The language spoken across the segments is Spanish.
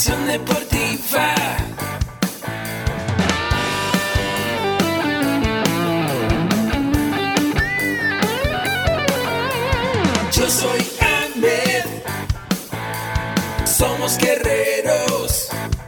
Educación deportiva. Yo soy Ahmed. Somos guerreros.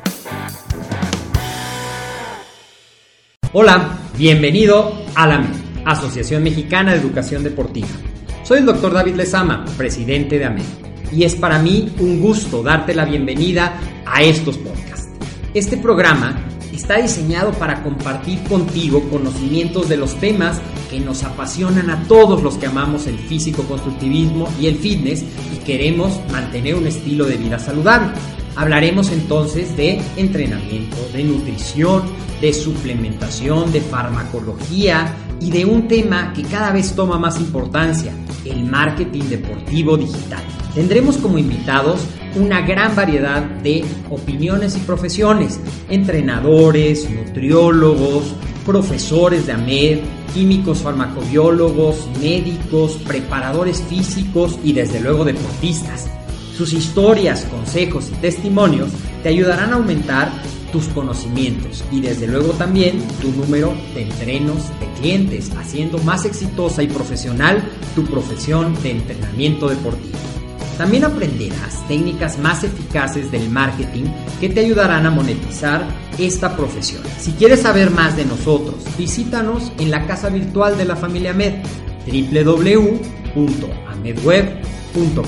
Hola, bienvenido a la Asociación Mexicana de Educación Deportiva. Soy el Dr. David Lezama, presidente de AMED, y es para mí un gusto darte la bienvenida a estos podcasts. Este programa está diseñado para compartir contigo conocimientos de los temas que nos apasionan a todos los que amamos el físico-constructivismo y el fitness y queremos mantener un estilo de vida saludable. Hablaremos entonces de entrenamiento, de nutrición, de suplementación, de farmacología y de un tema que cada vez toma más importancia, el marketing deportivo digital. Tendremos como invitados una gran variedad de opiniones y profesiones, entrenadores, nutriólogos, profesores de AMED, químicos farmacobiólogos, médicos, preparadores físicos y desde luego deportistas. Sus historias, consejos y testimonios te ayudarán a aumentar tus conocimientos y desde luego también tu número de entrenos de clientes, haciendo más exitosa y profesional tu profesión de entrenamiento deportivo. También aprenderás técnicas más eficaces del marketing que te ayudarán a monetizar esta profesión. Si quieres saber más de nosotros, visítanos en la casa virtual de la familia AMED, www.amedweb.com.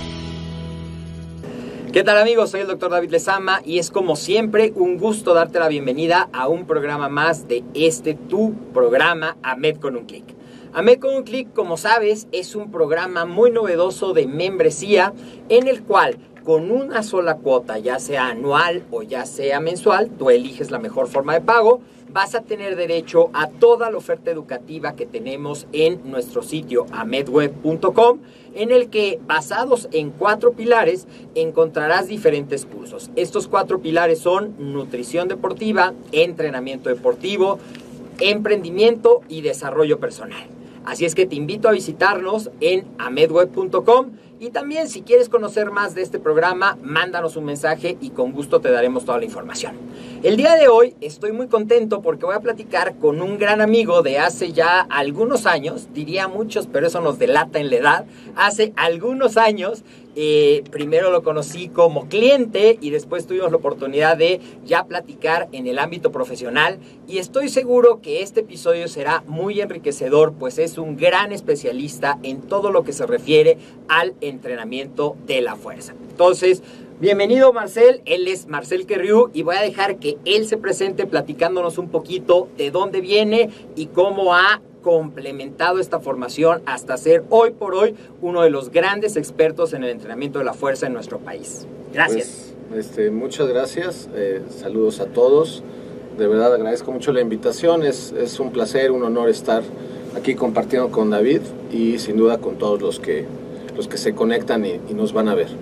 ¿Qué tal, amigos? Soy el Dr. David Lezama y es como siempre un gusto darte la bienvenida a un programa más de tu programa AMED con un clic. AMED con un clic, como sabes, es un programa muy novedoso de membresía en el cual con una sola cuota, ya sea anual o ya sea mensual, tú eliges la mejor forma de pago, vas a tener derecho a toda la oferta educativa que tenemos en nuestro sitio amedweb.com, en el que, basados en 4 pilares, encontrarás diferentes cursos. Estos 4 pilares son nutrición deportiva, entrenamiento deportivo, emprendimiento y desarrollo personal. Así es que te invito a visitarnos en amedweb.com y también si quieres conocer más de este programa, mándanos un mensaje y con gusto te daremos toda la información. El día de hoy estoy muy contento porque voy a platicar con un gran amigo de hace ya algunos años, diría muchos, pero eso nos delata en la edad. Hace algunos años, primero lo conocí como cliente y después tuvimos la oportunidad de ya platicar en el ámbito profesional y estoy seguro que este episodio será muy enriquecedor, pues es un gran especialista en todo lo que se refiere al entrenamiento de la fuerza. Entonces, bienvenido Marcel, él es Marcel Querriu y voy a dejar que él se presente platicándonos un poquito de dónde viene y cómo ha complementado esta formación hasta ser hoy por hoy uno de los grandes expertos en el entrenamiento de la fuerza en nuestro país. Gracias. Pues, muchas gracias, saludos a todos, de verdad agradezco mucho la invitación, es un placer, un honor estar aquí compartiendo con David y sin duda con todos los que se conectan y nos van a ver.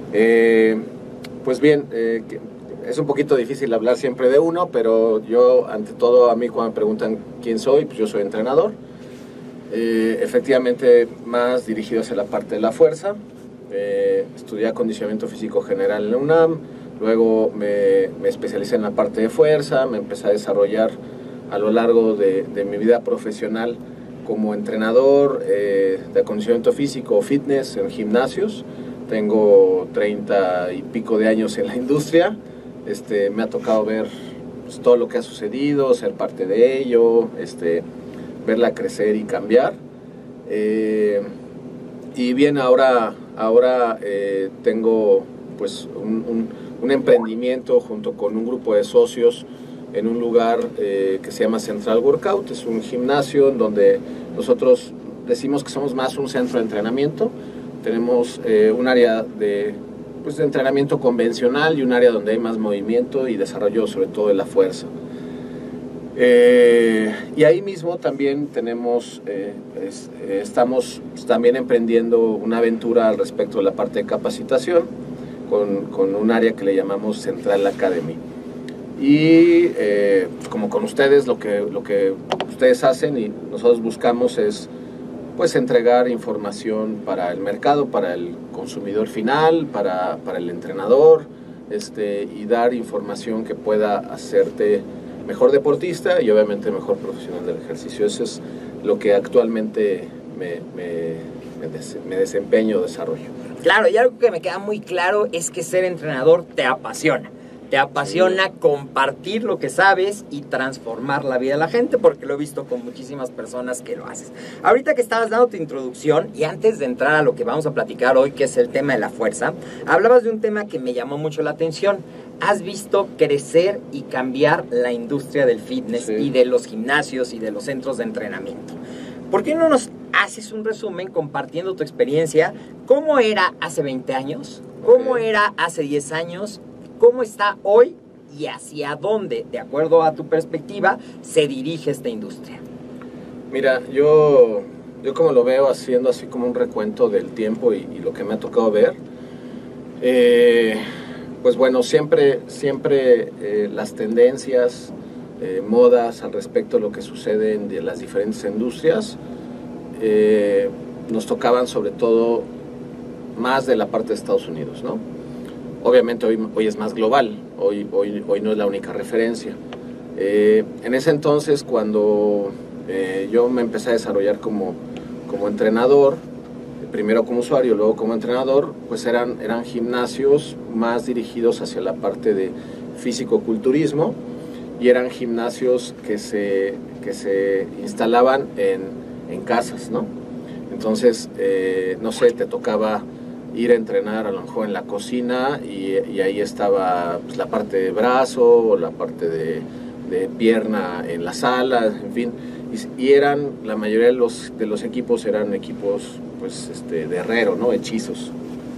Pues bien, es un poquito difícil hablar siempre de uno, pero yo, ante todo, a mí cuando me preguntan quién soy, pues yo soy entrenador. Efectivamente, más dirigido hacia la parte de la fuerza. Estudié acondicionamiento físico general en la UNAM, luego me especialicé en la parte de fuerza, me empecé a desarrollar a lo largo de mi vida profesional como entrenador de acondicionamiento físico o fitness en gimnasios. Tengo 30 y pico de años en la industria. Me ha tocado ver pues, todo lo que ha sucedido, ser parte de ello, verla crecer y cambiar. Y bien, ahora tengo pues un emprendimiento junto con un grupo de socios en un lugar que se llama Central Workout. Es un gimnasio en donde nosotros decimos que somos más un centro de entrenamiento. Tenemos un área de entrenamiento convencional y un área donde hay más movimiento y desarrollo sobre todo de la fuerza. Y ahí mismo también tenemos, estamos también emprendiendo una aventura al respecto de la parte de capacitación con un área que le llamamos Central Academy. Y como con ustedes, lo que ustedes hacen y nosotros buscamos es pues entregar información para el mercado, para el consumidor final, para el entrenador, y dar información que pueda hacerte mejor deportista y obviamente mejor profesional del ejercicio. Eso es lo que actualmente me desempeño, desarrollo. Claro, y algo que me queda muy claro es que ser entrenador te apasiona. Te apasiona compartir lo que sabes y transformar la vida de la gente, porque lo he visto con muchísimas personas que lo haces. Ahorita que estabas dando tu introducción y antes de entrar a lo que vamos a platicar hoy, que es el tema de la fuerza, hablabas de un tema que me llamó mucho la atención. Has visto crecer y cambiar la industria del fitness y de los gimnasios y de los centros de entrenamiento. ¿Por qué no nos haces un resumen compartiendo tu experiencia? ¿Cómo era hace 20 años? ¿Cómo era hace 10 años? ¿Cómo está hoy y hacia dónde, de acuerdo a tu perspectiva, se dirige esta industria? Mira, yo como lo veo haciendo así como un recuento del tiempo y lo que me ha tocado ver, pues bueno, siempre las tendencias, modas al respecto de lo que sucede en las diferentes industrias, nos tocaban sobre todo más de la parte de Estados Unidos, ¿no? Obviamente hoy es más global, hoy no es la única referencia. En ese entonces, cuando yo me empecé a desarrollar como entrenador, primero como usuario, luego como entrenador, pues eran gimnasios más dirigidos hacia la parte de físico-culturismo y eran gimnasios que se instalaban en casas, ¿no? Entonces, no sé, te tocaba ir a entrenar a lo mejor en la cocina y ahí estaba pues, la parte de brazo o la parte de pierna en la sala, en fin, y eran, la mayoría de los equipos eran equipos pues de herrero, ¿no? Hechizos.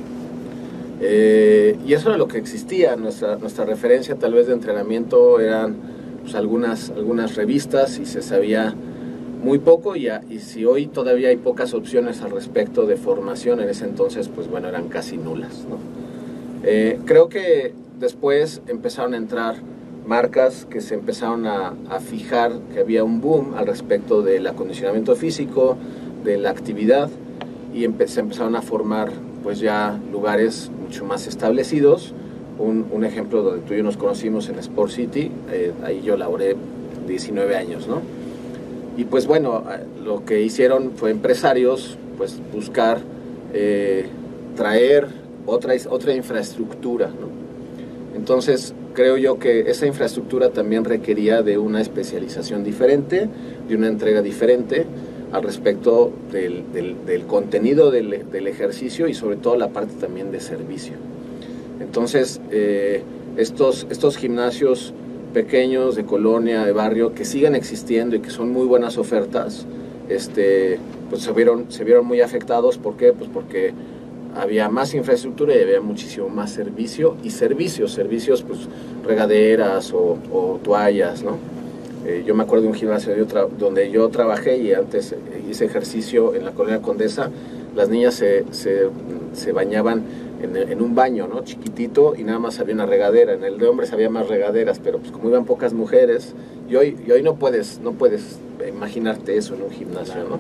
Y eso era lo que existía. Nuestra referencia tal vez de entrenamiento eran pues, algunas revistas y se sabía muy poco, y si hoy todavía hay pocas opciones al respecto de formación, en ese entonces pues bueno, eran casi nulas, ¿no? Creo que después empezaron a entrar marcas que se empezaron a fijar que había un boom al respecto del acondicionamiento físico, de la actividad, y se empezaron a formar pues ya lugares mucho más establecidos. Un ejemplo donde tú y yo nos conocimos en Sport City, ahí yo laboré 19 años, ¿no? Y pues bueno, lo que hicieron fue empresarios pues buscar traer otra infraestructura, ¿no? Entonces creo yo que esa infraestructura también requería de una especialización diferente, de una entrega diferente al respecto del contenido del ejercicio y sobre todo la parte también de servicio. Entonces estos gimnasios pequeños de colonia, de barrio, que siguen existiendo y que son muy buenas ofertas, pues se vieron muy afectados. ¿Por qué? Pues porque había más infraestructura y había muchísimo más servicio y servicios pues regaderas o toallas, ¿no? Yo me acuerdo de un gimnasio donde yo trabajé y antes hice ejercicio en la colonia Condesa. Las niñas se bañaban en un baño, ¿no? Chiquitito, y nada más había una regadera. En el de hombres había más regaderas, pero pues como iban pocas mujeres, y hoy no puedes imaginarte eso en un gimnasio, ¿no?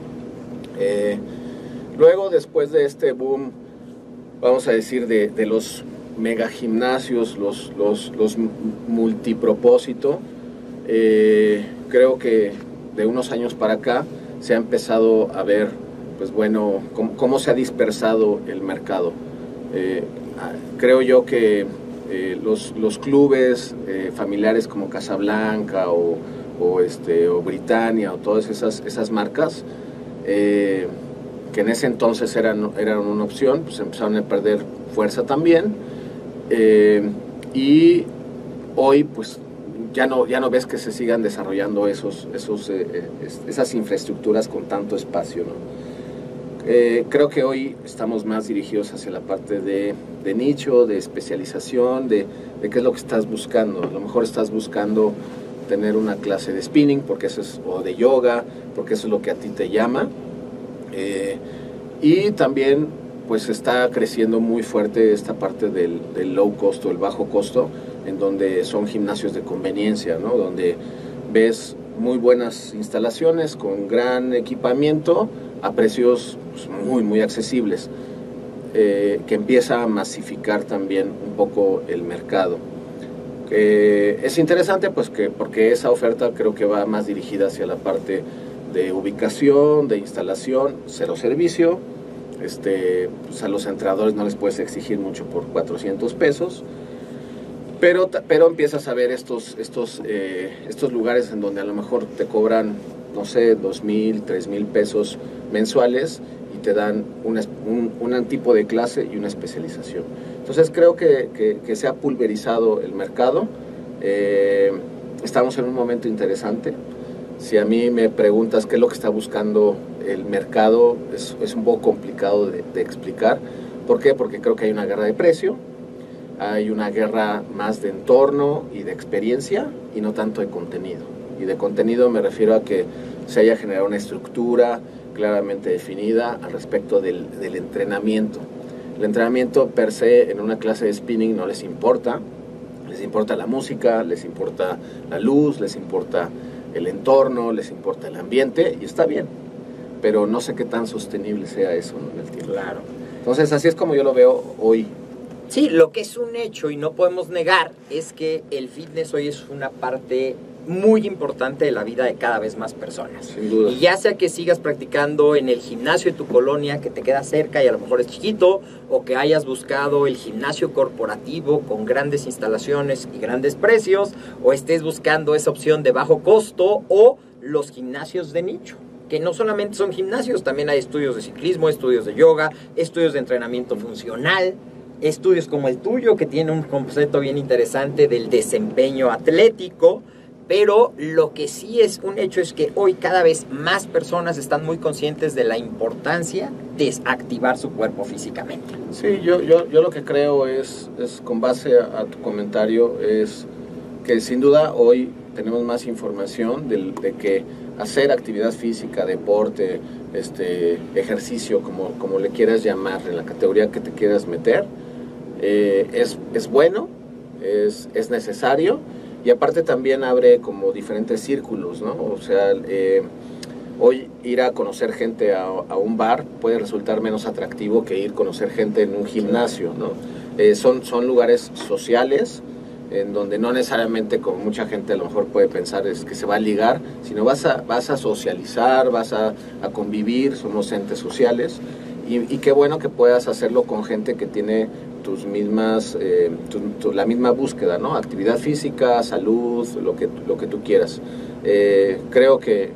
Luego, después de este boom, vamos a decir, de los mega gimnasios, los multipropósito, creo que de unos años para acá se ha empezado a ver, pues bueno, cómo se ha dispersado el mercado. Creo yo que los clubes familiares como Casablanca o Britannia o todas esas marcas que en ese entonces eran una opción, pues empezaron a perder fuerza también, y hoy pues ya no ves que se sigan desarrollando esas infraestructuras con tanto espacio, ¿no? Creo que hoy estamos más dirigidos hacia la parte de nicho, de especialización, de qué es lo que estás buscando. A lo mejor estás buscando tener una clase de spinning o de yoga, porque eso es lo que a ti te llama. Y también pues está creciendo muy fuerte esta parte del low cost o el bajo costo, en donde son gimnasios de conveniencia, ¿no? Donde ves muy buenas instalaciones con gran equipamiento a precios pues, muy, muy accesibles. que empieza a masificar también un poco el mercado. Es interesante pues porque esa oferta creo que va más dirigida hacia la parte de ubicación, de instalación, cero servicio. Pues a los entrenadores no les puedes exigir mucho por 400 pesos, pero empiezas a ver estos lugares en donde a lo mejor te cobran, no sé, 2,000, 3,000 pesos mensuales y te dan un tipo de clase y una especialización. Entonces creo que se ha pulverizado el mercado. Estamos en un momento interesante. Si a mí me preguntas qué es lo que está buscando el mercado, es un poco complicado de explicar. ¿Por qué? Porque creo que hay una guerra de precio, hay una guerra más de entorno y de experiencia y no tanto de contenido. Y de contenido me refiero a que se haya generado una estructura claramente definida al respecto del entrenamiento. El entrenamiento per se en una clase de spinning no les importa la música, les importa la luz, les importa el entorno, les importa el ambiente y está bien, pero no sé qué tan sostenible sea eso, ¿no?, en el tiempo. Claro. Entonces así es como yo lo veo hoy. Sí, lo que es un hecho y no podemos negar es que el fitness hoy es una parte muy importante de la vida de cada vez más personas. Sin duda. Y ya sea que sigas practicando en el gimnasio de tu colonia que te queda cerca y a lo mejor es chiquito, o que hayas buscado el gimnasio corporativo con grandes instalaciones y grandes precios, o estés buscando esa opción de bajo costo, o los gimnasios de nicho, que no solamente son gimnasios, también hay estudios de ciclismo, estudios de yoga, estudios de entrenamiento funcional, estudios como el tuyo, que tiene un concepto bien interesante del desempeño atlético. Pero lo que sí es un hecho es que hoy cada vez más personas están muy conscientes de la importancia de activar su cuerpo físicamente. Sí, yo lo que creo es con base a tu comentario, es que sin duda hoy tenemos más información de que hacer actividad física, deporte, ejercicio, como le quieras llamar, en la categoría que te quieras meter, es bueno, es necesario. Y aparte también abre como diferentes círculos, ¿no? O sea, hoy ir a conocer gente a un bar puede resultar menos atractivo que ir a conocer gente en un gimnasio, ¿no? Son lugares sociales en donde no necesariamente, como mucha gente a lo mejor puede pensar, es que se va a ligar, sino vas a socializar, vas a convivir, somos entes sociales. Y qué bueno que puedas hacerlo con gente que tiene tus mismas, la misma búsqueda, ¿no? Actividad física, salud, lo que tú quieras. Creo que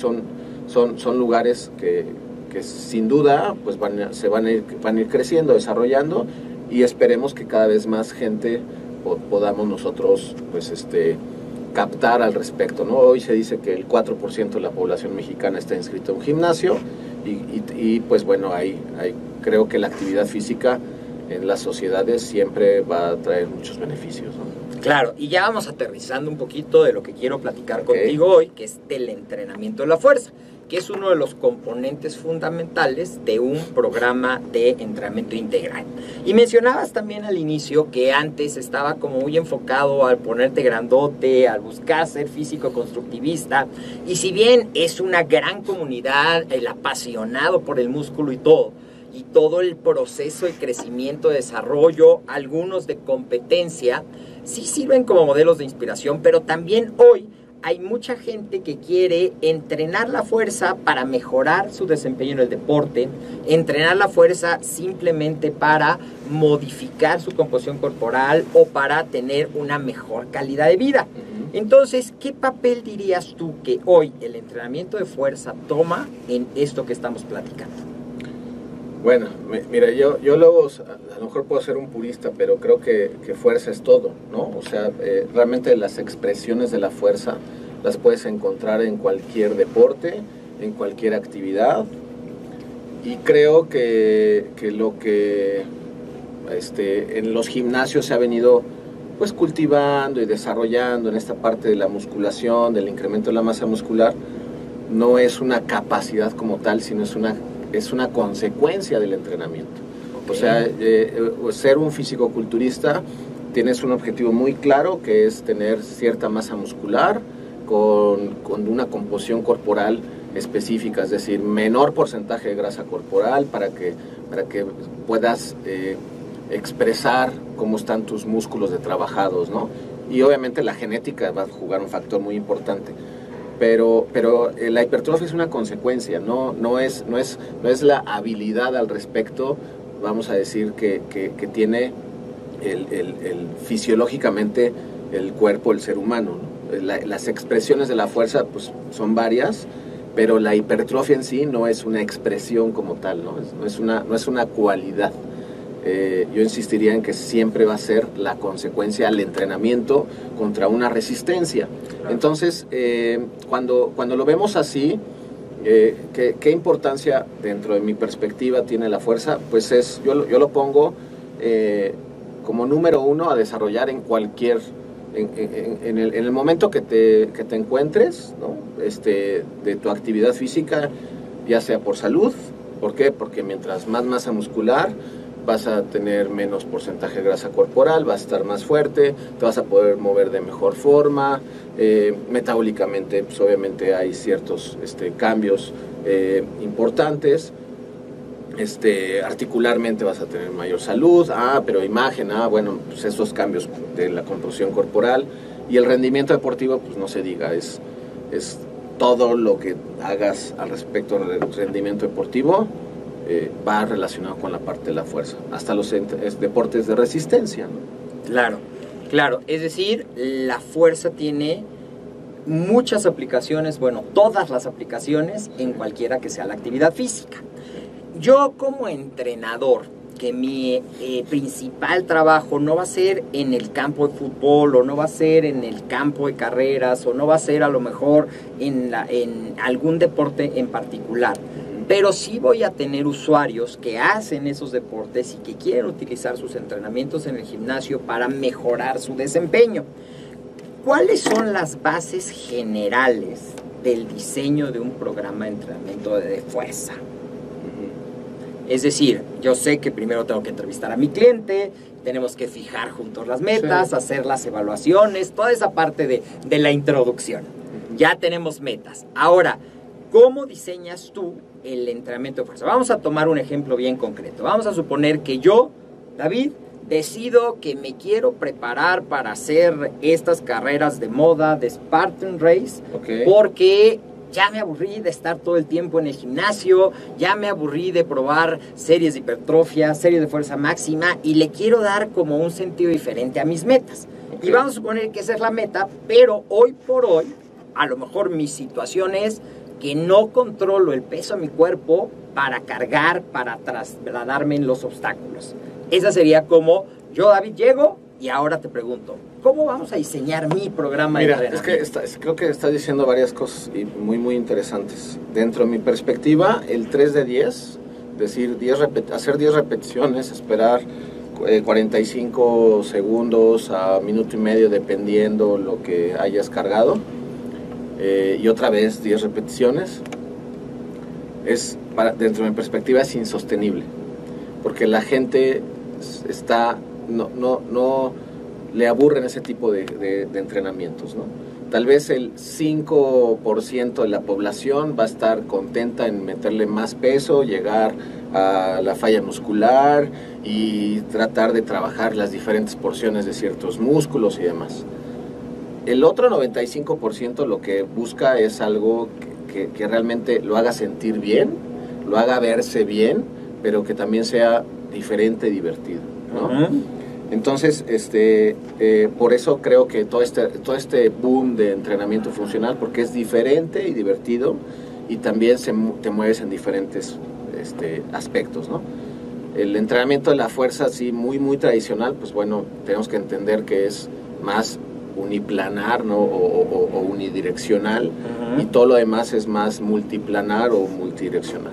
son lugares que sin duda pues van a ir creciendo, desarrollando, y esperemos que cada vez más gente podamos nosotros pues captar al respecto, ¿no? Hoy se dice que el 4% de la población mexicana está inscrita en un gimnasio y pues bueno, ahí creo que la actividad física en las sociedades siempre va a traer muchos beneficios, ¿no? Claro, y ya vamos aterrizando un poquito de lo que quiero platicar contigo hoy, que es del entrenamiento de la fuerza, que es uno de los componentes fundamentales de un programa de entrenamiento integral. Y mencionabas también al inicio que antes estaba como muy enfocado al ponerte grandote, al buscar ser físico-constructivista, y si bien es una gran comunidad, el apasionado por el músculo y todo el proceso de crecimiento, de desarrollo, algunos de competencia, sí sirven como modelos de inspiración, pero también hoy hay mucha gente que quiere entrenar la fuerza para mejorar su desempeño en el deporte, entrenar la fuerza simplemente para modificar su composición corporal o para tener una mejor calidad de vida. Entonces, ¿qué papel dirías tú que hoy el entrenamiento de fuerza toma en esto que estamos platicando? Bueno, mira, yo luego a lo mejor puedo ser un purista, pero creo que fuerza es todo, ¿no? O sea, realmente las expresiones de la fuerza las puedes encontrar en cualquier deporte, en cualquier actividad, y creo que lo que en los gimnasios se ha venido pues cultivando y desarrollando en esta parte de la musculación, del incremento de la masa muscular, no es una capacidad como tal, sino es una consecuencia del entrenamiento. Okay. O sea, ser un fisicoculturista tienes un objetivo muy claro, que es tener cierta masa muscular con una composición corporal específica, es decir, menor porcentaje de grasa corporal para que puedas expresar cómo están tus músculos de trabajados, ¿no? Y obviamente la genética va a jugar un factor muy importante. Pero la hipertrofia es una consecuencia, no es la habilidad al respecto, vamos a decir, que tiene fisiológicamente el cuerpo, el ser humano, ¿no? Las expresiones de la fuerza pues, son varias, pero la hipertrofia en sí no es una expresión como tal, no es una cualidad. Yo insistiría en que siempre va a ser la consecuencia al entrenamiento contra una resistencia. Entonces, cuando lo vemos así, ¿qué importancia dentro de mi perspectiva tiene la fuerza? Pues yo lo pongo como número uno a desarrollar en cualquier, en el momento que te encuentres, ¿no? De tu actividad física, ya sea por salud. ¿Por qué? Porque mientras más masa muscular, vas a tener menos porcentaje de grasa corporal, vas a estar más fuerte, te vas a poder mover de mejor forma, metabólicamente pues obviamente hay ciertos cambios importantes, articularmente vas a tener mayor salud, pero imagen, bueno, pues esos cambios de la composición corporal, y el rendimiento deportivo, pues no se diga, es todo lo que hagas al respecto del rendimiento deportivo, va relacionado con la parte de la fuerza, hasta los deportes de resistencia, ¿no? Claro, es decir, la fuerza tiene muchas aplicaciones, bueno, todas las aplicaciones en cualquiera que sea la actividad física. Yo como entrenador, que mi principal trabajo no va a ser en el campo de fútbol, o no va a ser en el campo de carreras, o no va a ser a lo mejor en algún deporte en particular, pero sí voy a tener usuarios que hacen esos deportes y que quieren utilizar sus entrenamientos en el gimnasio para mejorar su desempeño. ¿Cuáles son las bases generales del diseño de un programa de entrenamiento de fuerza? Es decir, yo sé que primero tengo que entrevistar a mi cliente, tenemos que fijar juntos las metas, hacer las evaluaciones, toda esa parte de la introducción. Ya tenemos metas. Ahora, ¿cómo diseñas tú el entrenamiento de fuerza? Vamos a tomar un ejemplo bien concreto. Vamos a suponer que yo, David, decido que me quiero preparar para hacer estas carreras de moda de Spartan Race, porque ya me aburrí de estar todo el tiempo en el gimnasio, ya me aburrí de probar series de hipertrofia, series de fuerza máxima, y le quiero dar como un sentido diferente a mis metas. Y vamos a suponer que esa es la meta, pero hoy por hoy, a lo mejor mi situación es que no controlo el peso de mi cuerpo para cargar, para trasladarme en los obstáculos. Esa sería como yo, David, llego y ahora te pregunto, ¿cómo vamos a diseñar mi programa de entrenamiento? Creo que estás diciendo varias cosas y muy, muy interesantes. Dentro de mi perspectiva, el 3 de 10, decir hacer 10 repeticiones, esperar 45 segundos a minuto y medio, dependiendo lo que hayas cargado, y otra vez 10 repeticiones, dentro de mi perspectiva es insostenible, porque la gente no le aburren ese tipo de entrenamientos, ¿no? Tal vez el 5% de la población va a estar contenta en meterle más peso, llegar a la falla muscular y tratar de trabajar las diferentes porciones de ciertos músculos y demás. El otro 95% lo que busca es algo que realmente lo haga sentir bien, lo haga verse bien, pero que también sea diferente y divertido, ¿no? Entonces, por eso creo que todo este boom de entrenamiento funcional, porque es diferente y divertido, y también te mueves en diferentes aspectos, ¿no? El entrenamiento de la fuerza, sí, muy, muy tradicional, pues bueno, tenemos que entender que es más uniplanar, ¿no? o unidireccional, y todo lo demás es más multiplanar o multidireccional.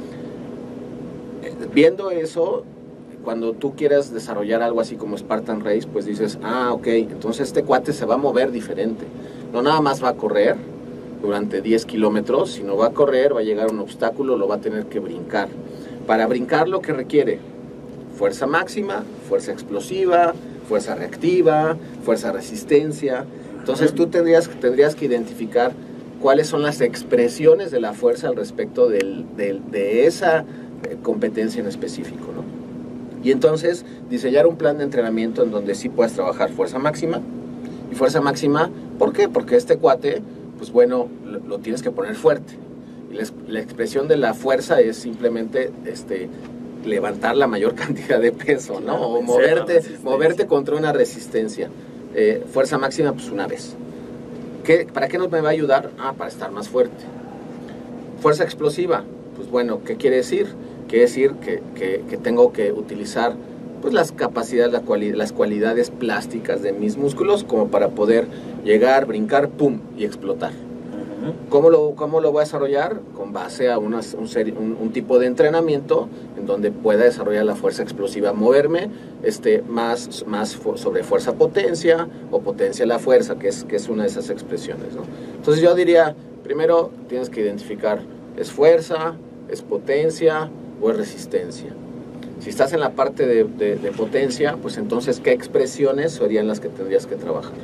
Viendo eso, cuando tú quieras desarrollar algo así como Spartan Race, pues dices, ok, entonces este cuate se va a mover diferente. No nada más va a correr durante 10 kilómetros, sino va a correr, va a llegar a un obstáculo, lo va a tener que brincar. Para brincar, lo que requiere fuerza máxima, fuerza explosiva, fuerza reactiva, fuerza resistencia. Entonces tú tendrías que identificar cuáles son las expresiones de la fuerza al respecto de esa competencia en específico, ¿no? Y entonces diseñar un plan de entrenamiento en donde sí puedas trabajar fuerza máxima. Y fuerza máxima, ¿por qué? Porque este cuate, pues bueno, lo tienes que poner fuerte. Y la expresión de la fuerza es simplemente levantar la mayor cantidad de peso, ¿no? O moverte contra una resistencia. Fuerza máxima, pues una vez. ¿Para qué nos me va a ayudar? Para estar más fuerte. Fuerza explosiva, pues bueno, ¿qué quiere decir? Quiere decir que tengo que utilizar pues las capacidades, las cualidades plásticas de mis músculos como para poder llegar, brincar, pum, y explotar. ¿Cómo lo voy a desarrollar? Con base a un tipo de entrenamiento en donde pueda desarrollar la fuerza explosiva, moverme más sobre fuerza-potencia o potencia-la-fuerza, que es una de esas expresiones, ¿no? Entonces yo diría, primero tienes que identificar, ¿es fuerza, es potencia o es resistencia? Si estás en la parte de potencia, pues entonces, ¿qué expresiones serían las que tendrías que trabajar?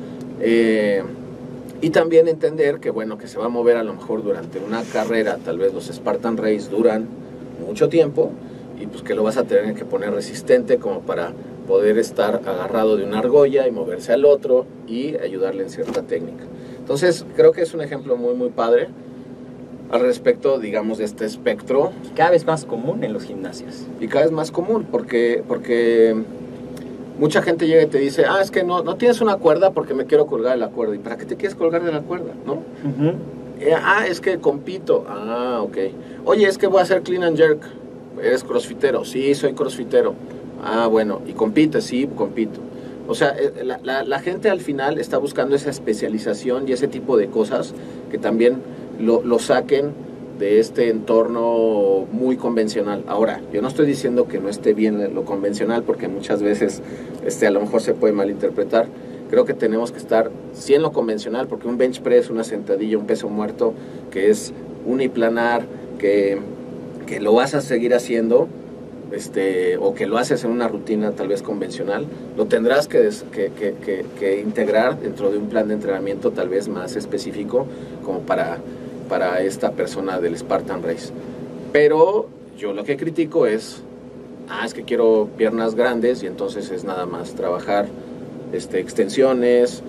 Y también entender que, bueno, que se va a mover a lo mejor durante una carrera, tal vez los Spartan Race duran mucho tiempo, y pues que lo vas a tener que poner resistente como para poder estar agarrado de una argolla y moverse al otro y ayudarle en cierta técnica. Entonces, creo que es un ejemplo muy, muy padre al respecto, digamos, de este espectro. Cada vez más común en los gimnasios. Y cada vez más común, porque mucha gente llega y te dice, es que no tienes una cuerda porque me quiero colgar de la cuerda. ¿Y para qué te quieres colgar de la cuerda? ¿No? Uh-huh. Es que compito. Ok. Oye, es que voy a hacer clean and jerk. ¿Eres crossfitero? Sí, soy crossfitero. Bueno. ¿Y compites? Sí, compito. O sea, la gente al final está buscando esa especialización y ese tipo de cosas que también lo saquen de este entorno muy convencional. Ahora, yo no estoy diciendo que no esté bien lo convencional, porque muchas veces a lo mejor se puede malinterpretar. Creo que tenemos que estar sí en lo convencional, porque un bench press, una sentadilla, un peso muerto que es uniplanar, que lo vas a seguir haciendo, o que lo haces en una rutina tal vez convencional, lo tendrás que integrar dentro de un plan de entrenamiento tal vez más específico como para esta persona del Spartan Race. Pero yo lo que critico es que quiero piernas grandes, y entonces es nada más trabajar extensiones,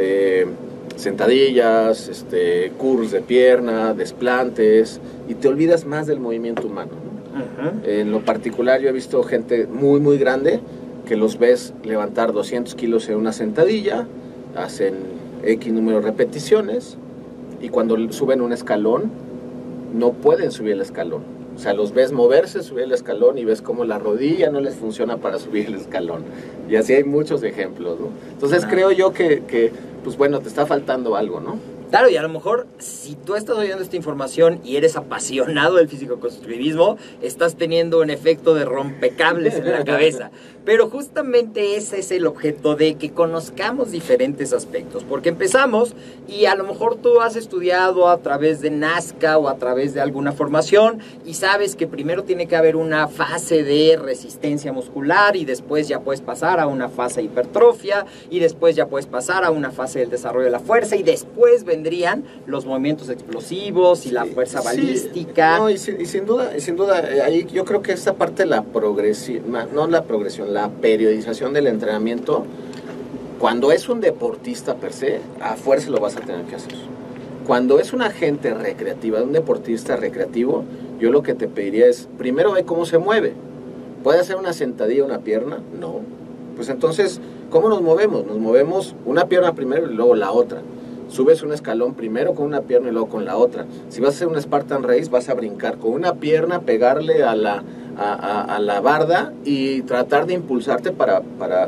sentadillas, curls de pierna, desplantes, y te olvidas más del movimiento humano, ¿no? Uh-huh. En lo particular, yo he visto gente muy, muy grande que los ves levantar 200 kilos en una sentadilla, hacen X número de repeticiones, y cuando suben un escalón, no pueden subir el escalón. O sea, los ves moverse, subir el escalón, y ves cómo la rodilla no les funciona para subir el escalón. Y así hay muchos ejemplos, ¿no? Entonces creo yo que, pues bueno, te está faltando algo, ¿no? Claro, y a lo mejor si tú estás oyendo esta información y eres apasionado del físico-constructivismo, estás teniendo un efecto de rompecables en la cabeza. Pero justamente ese es el objeto, de que conozcamos diferentes aspectos. Porque empezamos, y a lo mejor tú has estudiado a través de Nazca o a través de alguna formación, y sabes que primero tiene que haber una fase de resistencia muscular, y después ya puedes pasar a una fase de hipertrofia, y después ya puedes pasar a una fase del desarrollo de la fuerza, y después vendrían los movimientos explosivos y la fuerza balística. No, y sin duda, ahí yo creo que esta parte de la progresión, la periodización del entrenamiento, cuando es un deportista per se, a fuerza lo vas a tener que hacer. Cuando es una gente recreativa, un deportista recreativo, yo lo que te pediría es, primero ve cómo se mueve. ¿Puede hacer una sentadilla una pierna? No. Pues entonces, ¿cómo nos movemos? Nos movemos una pierna primero y luego la otra. Subes un escalón primero con una pierna y luego con la otra. Si vas a hacer un Spartan Race, vas a brincar con una pierna, pegarle a la barda y tratar de impulsarte para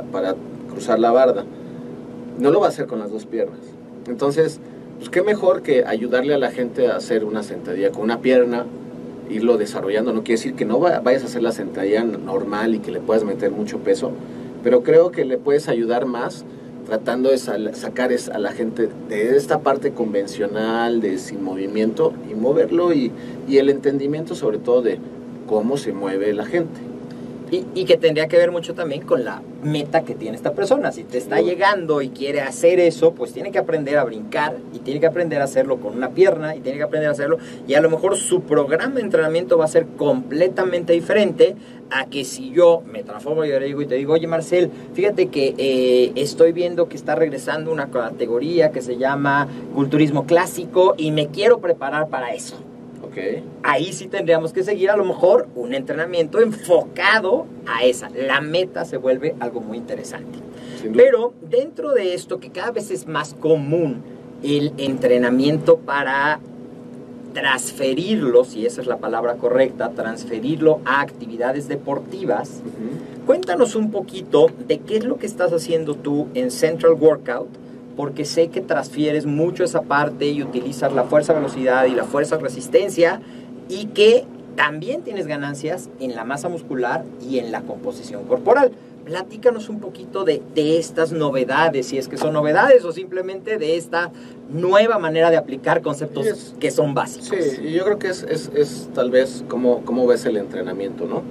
cruzar la barda. No lo va a hacer con las dos piernas. Entonces, pues qué mejor que ayudarle a la gente a hacer una sentadilla con una pierna, irlo desarrollando. No quiere decir que no vayas a hacer la sentadilla normal y que le puedas meter mucho peso, pero creo que le puedes ayudar más tratando de sacar a la gente de esta parte convencional, de sin movimiento, y moverlo, y el entendimiento sobre todo de cómo se mueve la gente. Y que tendría que ver mucho también con la meta que tiene esta persona. Si te está llegando y quiere hacer eso, pues tiene que aprender a brincar y tiene que aprender a hacerlo con una pierna y tiene que aprender a hacerlo. Y a lo mejor su programa de entrenamiento va a ser completamente diferente a que si yo me transformo y te digo, oye Marcel, fíjate que estoy viendo que está regresando una categoría que se llama culturismo clásico y me quiero preparar para eso. Okay. Ahí sí tendríamos que seguir a lo mejor un entrenamiento enfocado a esa. La meta se vuelve algo muy interesante. Pero dentro de esto, que cada vez es más común el entrenamiento para transferirlo, si esa es la palabra correcta, transferirlo a actividades deportivas. Cuéntanos un poquito de qué es lo que estás haciendo tú en Central Workout, porque sé que transfieres mucho esa parte y utilizas la fuerza-velocidad y la fuerza-resistencia y que también tienes ganancias en la masa muscular y en la composición corporal. Platícanos un poquito de estas novedades, si es que son novedades o simplemente de esta nueva manera de aplicar conceptos que son básicos. Sí, y yo creo que es tal vez cómo ves el entrenamiento, ¿no?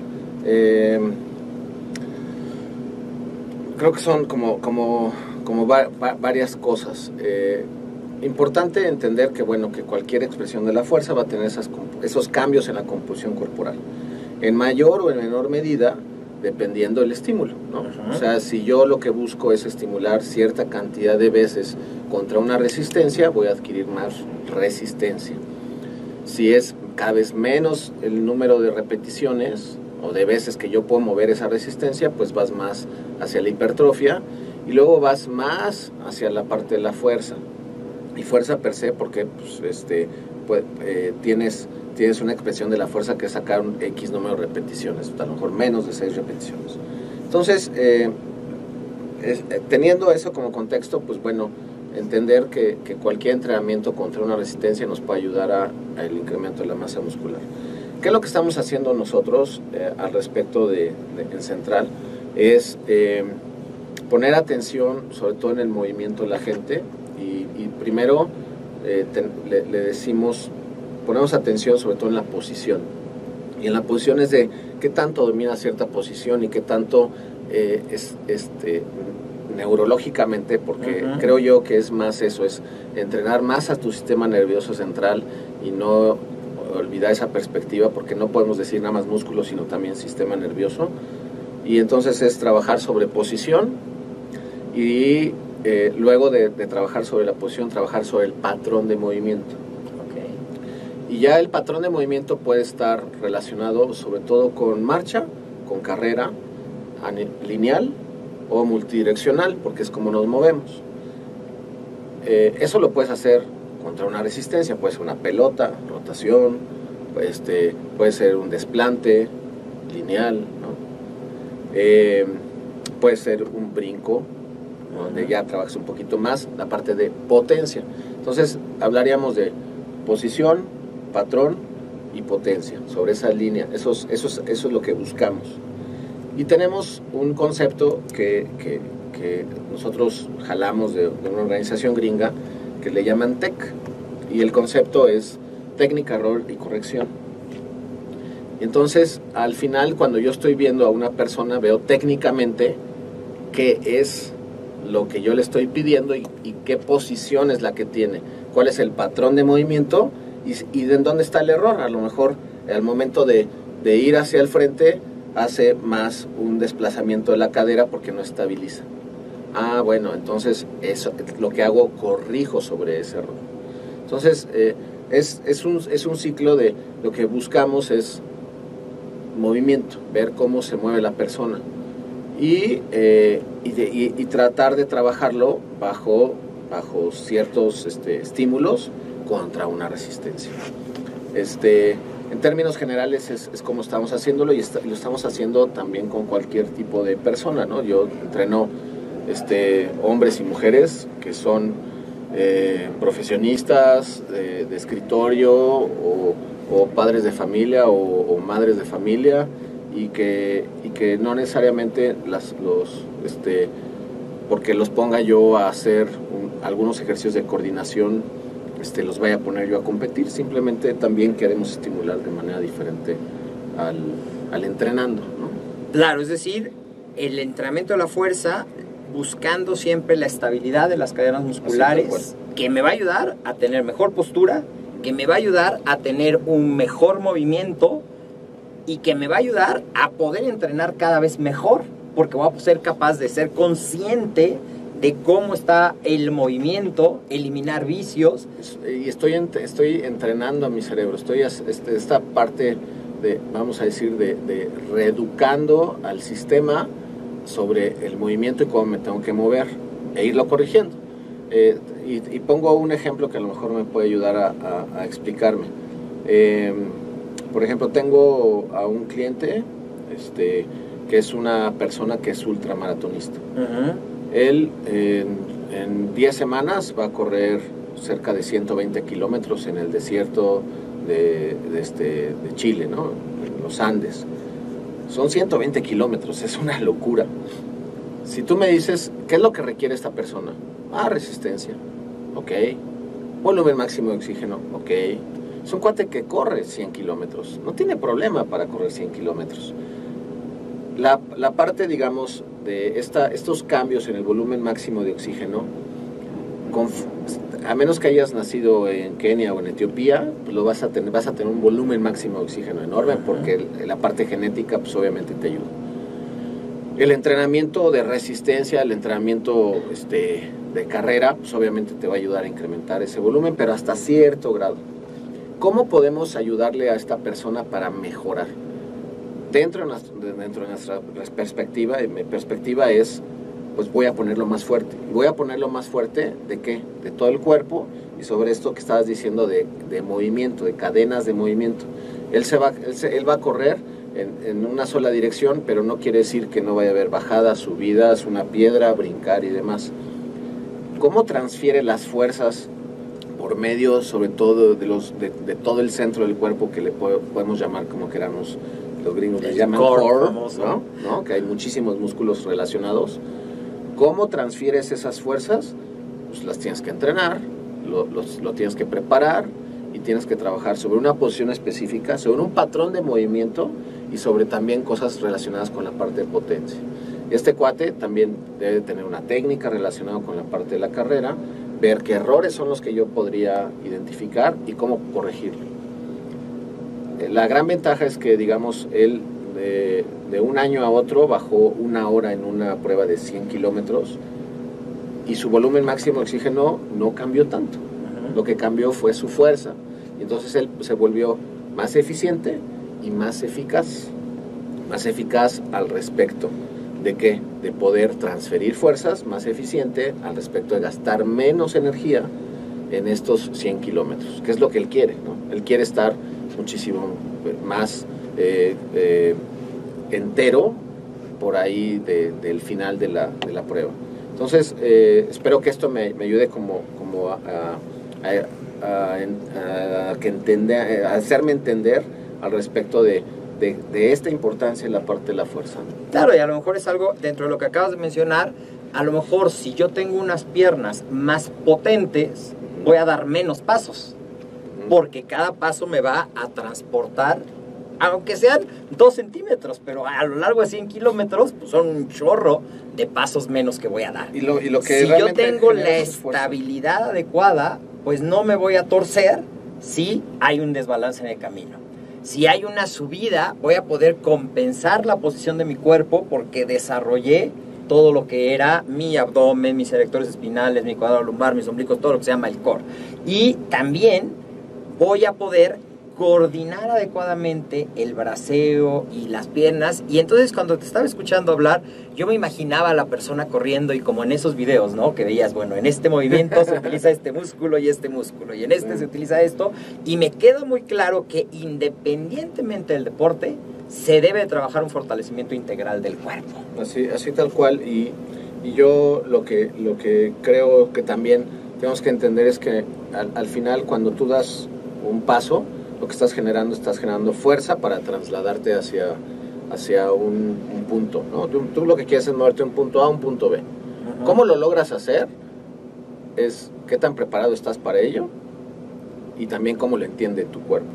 Creo que son como varias cosas. Importante entender que, bueno, que cualquier expresión de la fuerza va a tener esos cambios en la composición corporal, en mayor o en menor medida, dependiendo del estímulo, ¿no? O sea, si yo lo que busco es estimular cierta cantidad de veces contra una resistencia, voy a adquirir más resistencia. Si es cada vez menos el número de repeticiones o de veces que yo puedo mover esa resistencia, pues vas más hacia la hipertrofia y luego vas más hacia la parte de la fuerza. Y fuerza per se porque tienes una expresión de la fuerza que es sacar un X número de repeticiones, a lo mejor menos de 6 repeticiones. Entonces, teniendo eso como contexto, pues bueno, entender que cualquier entrenamiento contra una resistencia nos puede ayudar al incremento de la masa muscular. ¿Qué es lo que estamos haciendo nosotros al respecto en Central? Es poner atención sobre todo en el movimiento de la gente y primero le decimos, ponemos atención sobre todo en la posición. Y en la posición es de qué tanto domina cierta posición y qué tanto neurológicamente, porque creo yo que es más eso, es entrenar más a tu sistema nervioso central y no olvidar esa perspectiva, porque no podemos decir nada más músculo, sino también sistema nervioso. Y entonces es trabajar sobre posición y luego de trabajar sobre la posición, trabajar sobre el patrón de movimiento. Y ya el patrón de movimiento puede estar relacionado sobre todo con marcha, con carrera, lineal o multidireccional, porque es como nos movemos. Eso lo puedes hacer contra una resistencia, puede ser una pelota, rotación, puede ser un desplante lineal, ¿no? Puede ser un brinco, ¿no? Donde ya trabajas un poquito más la parte de potencia. Entonces hablaríamos de posición, patrón y potencia sobre esa línea. Eso es lo que buscamos. Y tenemos un concepto que nosotros jalamos de una organización gringa que le llaman TEC, y el concepto es técnica, error y corrección. Entonces, al final, cuando yo estoy viendo a una persona, veo técnicamente qué es lo que yo le estoy pidiendo y qué posición es la que tiene, cuál es el patrón de movimiento y de dónde está el error. A lo mejor al momento de ir hacia el frente hace más un desplazamiento de la cadera porque no estabiliza. Bueno, entonces eso lo que hago, corrijo sobre ese error. Entonces es un ciclo de lo que buscamos es movimiento, ver cómo se mueve la persona y tratar de trabajarlo bajo ciertos estímulos contra una resistencia. En términos generales es como estamos haciéndolo y lo estamos haciendo también con cualquier tipo de persona, ¿no? Yo entreno hombres y mujeres que son profesionistas de escritorio o padres de familia o madres de familia y que no necesariamente porque los ponga yo a hacer algunos ejercicios de coordinación los vaya a poner yo a competir, simplemente también queremos estimular de manera diferente al entrenando, ¿no? Claro, es decir, el entrenamiento de la fuerza buscando siempre la estabilidad de las cadenas musculares, que me va a ayudar a tener mejor postura, que me va a ayudar a tener un mejor movimiento y que me va a ayudar a poder entrenar cada vez mejor, porque voy a ser capaz de ser consciente de cómo está el movimiento, eliminar vicios. Y estoy entrenando a mi cerebro, esta parte de, vamos a decir, de reeducando al sistema sobre el movimiento y cómo me tengo que mover e irlo corrigiendo. Y pongo un ejemplo que a lo mejor me puede ayudar a explicarme. Por ejemplo, tengo a un cliente que es una persona que es ultramaratonista. Él en 10 semanas va a correr cerca de 120 kilómetros en el desierto de Chile, ¿no? En los Andes. Son 120 kilómetros, es una locura. Si tú me dices, ¿qué es lo que requiere esta persona? Resistencia, ok. Volumen máximo de oxígeno, ok. Es un cuate que corre 100 kilómetros, no tiene problema para correr 100 kilómetros. La parte, digamos, de estos cambios en el volumen máximo de oxígeno, a menos que hayas nacido en Kenia o en Etiopía, pues vas a tener un volumen máximo de oxígeno enorme, porque la parte genética pues obviamente te ayuda. El entrenamiento de resistencia, el entrenamiento de carrera, pues obviamente te va a ayudar a incrementar ese volumen, pero hasta cierto grado. ¿Cómo podemos ayudarle a esta persona para mejorar? Dentro de nuestra perspectiva, y mi perspectiva es, pues voy a ponerlo más fuerte. ¿Y voy a ponerlo más fuerte de qué? De todo el cuerpo, y sobre esto que estabas diciendo de movimiento, de cadenas de movimiento. Él va a correr en una sola dirección, pero no quiere decir que no vaya a haber bajadas, subidas, una piedra, brincar y demás. ¿Cómo transfiere las fuerzas por medio, sobre todo, de todo el centro del cuerpo, que le podemos llamar como queramos? Los gringos le llaman core, ¿no? Que hay muchísimos músculos relacionados. ¿Cómo transfieres esas fuerzas? Pues las tienes que entrenar, lo tienes que preparar, y tienes que trabajar sobre una posición específica, sobre un patrón de movimiento y sobre también cosas relacionadas con la parte de potencia. Este cuate también debe tener una técnica relacionada con la parte de la carrera, ver qué errores son los que yo podría identificar y cómo corregirlo. La gran ventaja es que, digamos, él de un año a otro bajó 1 hora en una prueba de 100 kilómetros y su volumen máximo de oxígeno no cambió tanto. Lo que cambió fue su fuerza. Y entonces él se volvió más eficiente y más eficaz. Más eficaz al respecto de ¿qué? De poder transferir fuerzas, más eficiente al respecto de gastar menos energía en estos 100 kilómetros, que es lo que él quiere, ¿no? Él quiere estar muchísimo más entero por ahí del final de la prueba. Entonces, espero que esto me ayude como a hacerme entender al respecto de esta importancia en la parte de la fuerza. Claro, y a lo mejor es algo dentro de lo que acabas de mencionar. A lo mejor si yo tengo unas piernas más potentes, voy a dar menos pasos, porque cada paso me va a transportar, aunque sean 2 centímetros, pero a lo largo de 100 kilómetros, pues son un chorro de pasos menos que voy a dar. Y lo que si yo tengo la estabilidad adecuada, pues no me voy a torcer si hay un desbalance en el camino. Si hay una subida, voy a poder compensar la posición de mi cuerpo porque desarrollé todo lo que era mi abdomen, mis erectores espinales, mi cuadrado lumbar, mis ombligos, todo lo que se llama el core. Y también voy a poder coordinar adecuadamente el braceo y las piernas. Y entonces cuando te estaba escuchando hablar, yo me imaginaba a la persona corriendo, y como en esos videos, ¿no? Que veías, bueno, en este movimiento se utiliza este músculo y en este se utiliza esto, y me queda muy claro que independientemente del deporte, se debe trabajar un fortalecimiento integral del cuerpo. Así tal cual, y yo lo que creo que también tenemos que entender es que al final, cuando tú das un paso, lo que estás generando fuerza para trasladarte hacia un punto, ¿no? Tú lo que quieres es moverte de un punto A a un punto B. ¿Cómo lo logras hacer? Es qué tan preparado estás para ello y también cómo lo entiende tu cuerpo.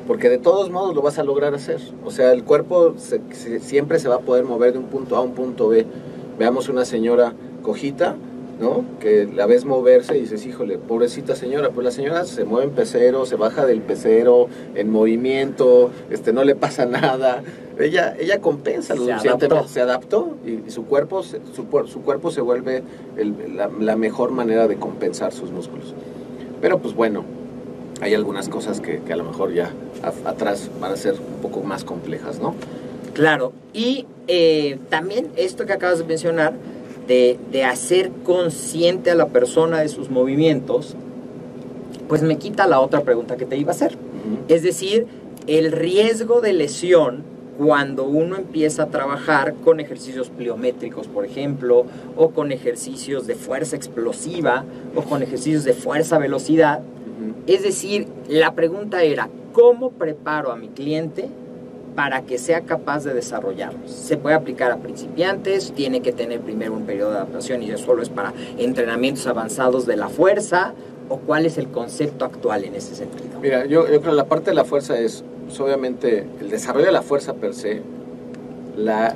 porque de todos modos lo vas a lograr hacer. O sea, el cuerpo siempre se va a poder mover de un punto A a un punto B. Veamos una señora cojita, ¿no? Que la ves moverse y dices, híjole, pobrecita señora. Pues la señora se mueve en pecero, se baja del pecero, en movimiento, no le pasa nada. Ella compensa lo suficiente, se adaptó y su cuerpo se vuelve la mejor manera de compensar sus músculos. Pero pues bueno, hay algunas cosas que a lo mejor ya atrás van a ser un poco más complejas, ¿no? Claro, y también esto que acabas de mencionar, de hacer consciente a la persona de sus movimientos, pues me quita la otra pregunta que te iba a hacer. Es decir, el riesgo de lesión cuando uno empieza a trabajar con ejercicios pliométricos, por ejemplo, o con ejercicios de fuerza explosiva, o con ejercicios de fuerza-velocidad. Es decir, la pregunta era, ¿cómo preparo a mi cliente para que sea capaz de desarrollarlos? ¿Se puede aplicar a principiantes? ¿Tiene que tener primero un periodo de adaptación y eso solo es para entrenamientos avanzados de la fuerza? ¿O cuál es el concepto actual en ese sentido? Mira, yo creo que la parte de la fuerza es, pues, obviamente, el desarrollo de la fuerza per se, la